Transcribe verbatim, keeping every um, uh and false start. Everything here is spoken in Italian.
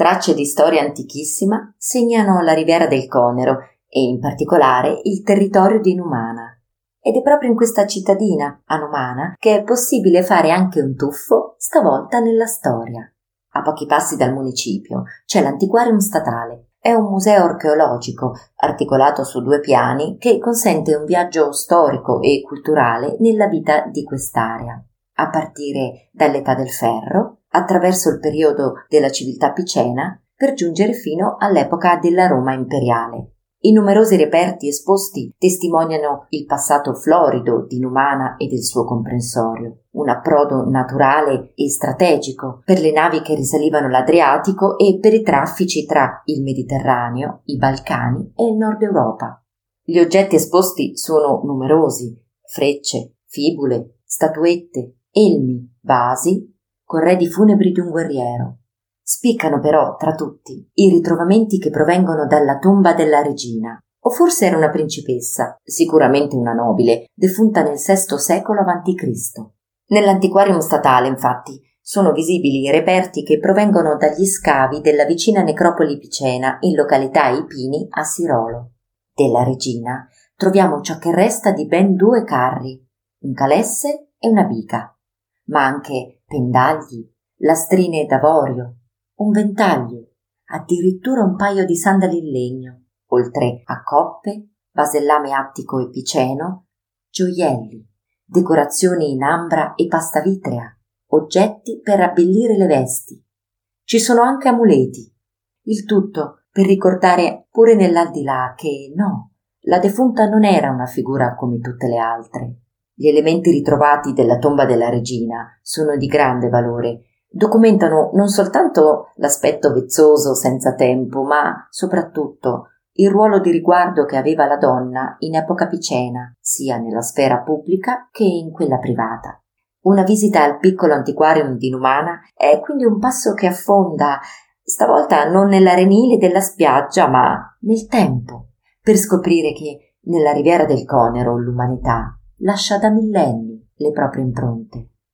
Tracce di storia antichissima segnano la Riviera del Conero e in particolare il territorio di Numana. Ed è proprio in questa cittadina, a Numana, che è possibile fare anche un tuffo, stavolta nella storia. A pochi passi dal municipio c'è l'Antiquarium Statale. È un museo archeologico articolato su due piani che consente un viaggio storico e culturale nella vita di quest'area, a partire dall'età del ferro, attraverso il periodo della civiltà picena, per giungere fino all'epoca della Roma imperiale. I numerosi reperti esposti testimoniano il passato florido di Numana e del suo comprensorio, un approdo naturale e strategico per le navi che risalivano l'Adriatico e per i traffici tra il Mediterraneo, i Balcani e il Nord Europa. Gli oggetti esposti sono numerosi: frecce, fibule, statuette, elmi, vasi, corredi funebri di un guerriero. Spiccano però tra tutti i ritrovamenti che provengono dalla tomba della regina, o forse era una principessa, sicuramente una nobile, defunta nel sesto secolo avanti Cristo. Nell'Antiquarium Statale, infatti, sono visibili i reperti che provengono dagli scavi della vicina necropoli picena in località I Pini a Sirolo. Della regina troviamo ciò che resta di ben due carri, un calesse e una bica, ma anche pendagli, lastrine d'avorio, un ventaglio, addirittura un paio di sandali in legno, oltre a coppe, vasellame attico e piceno, gioielli, decorazioni in ambra e pasta vitrea, oggetti per abbellire le vesti. Ci sono anche amuleti, il tutto per ricordare pure nell'aldilà che no, la defunta non era una figura come tutte le altre. Gli elementi ritrovati della tomba della regina sono di grande valore. Documentano non soltanto l'aspetto vezzoso senza tempo, ma soprattutto il ruolo di riguardo che aveva la donna in epoca picena, sia nella sfera pubblica che in quella privata. Una visita al piccolo antiquarium di Numana è quindi un passo che affonda, stavolta non nell'arenile della spiaggia, ma nel tempo, per scoprire che nella Riviera del Conero l'umanità lascia da millenni le proprie impronte.